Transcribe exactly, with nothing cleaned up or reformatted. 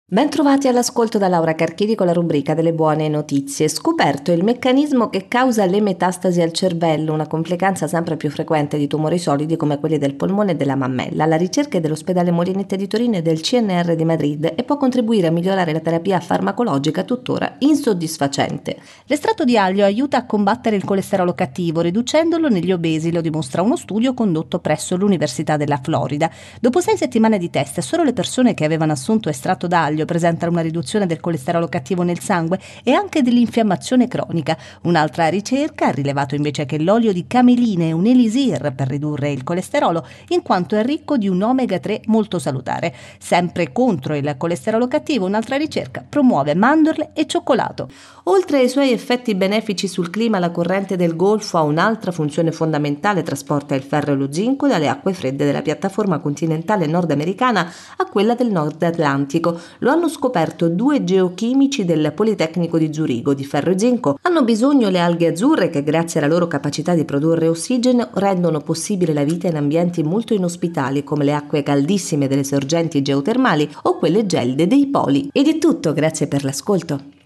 Ben trovati all'ascolto da Laura Carchidi con la rubrica delle buone notizie. Scoperto il meccanismo che causa le metastasi al cervello, una complicanza sempre più frequente di tumori solidi come quelli del polmone e della mammella. La ricerca è dell'ospedale Molinette di Torino e del C N R di Madrid e può contribuire a migliorare la terapia farmacologica tuttora insoddisfacente. L'estratto di aglio aiuta a combattere il colesterolo cattivo, riducendolo negli obesi, lo dimostra uno studio condotto presso l'Università della Florida. Dopo sei settimane di test, solo le persone che avevano assunto estratto d'aglio presentano una riduzione del colesterolo cattivo nel sangue e anche dell'infiammazione cronica. Un'altra ricerca ha rilevato invece che l'olio di cameline è un elisir per ridurre il colesterolo, in quanto è ricco di un omega tre molto salutare. Sempre contro il colesterolo cattivo, un'altra ricerca promuove mandorle e cioccolato. Oltre ai suoi effetti benefici sul clima, la corrente del Golfo ha un'altra funzione fondamentale: trasporta il ferro e lo zinco dalle acque fredde della piattaforma continentale nordamericana a quella del Nord Atlantico. Lo hanno scoperto due geochimici del Politecnico di Zurigo. Di ferro e zinco hanno bisogno le alghe azzurre che, grazie alla loro capacità di produrre ossigeno, rendono possibile la vita in ambienti molto inospitali come le acque caldissime delle sorgenti geotermali o quelle gelide dei poli. Ed è tutto, grazie per l'ascolto.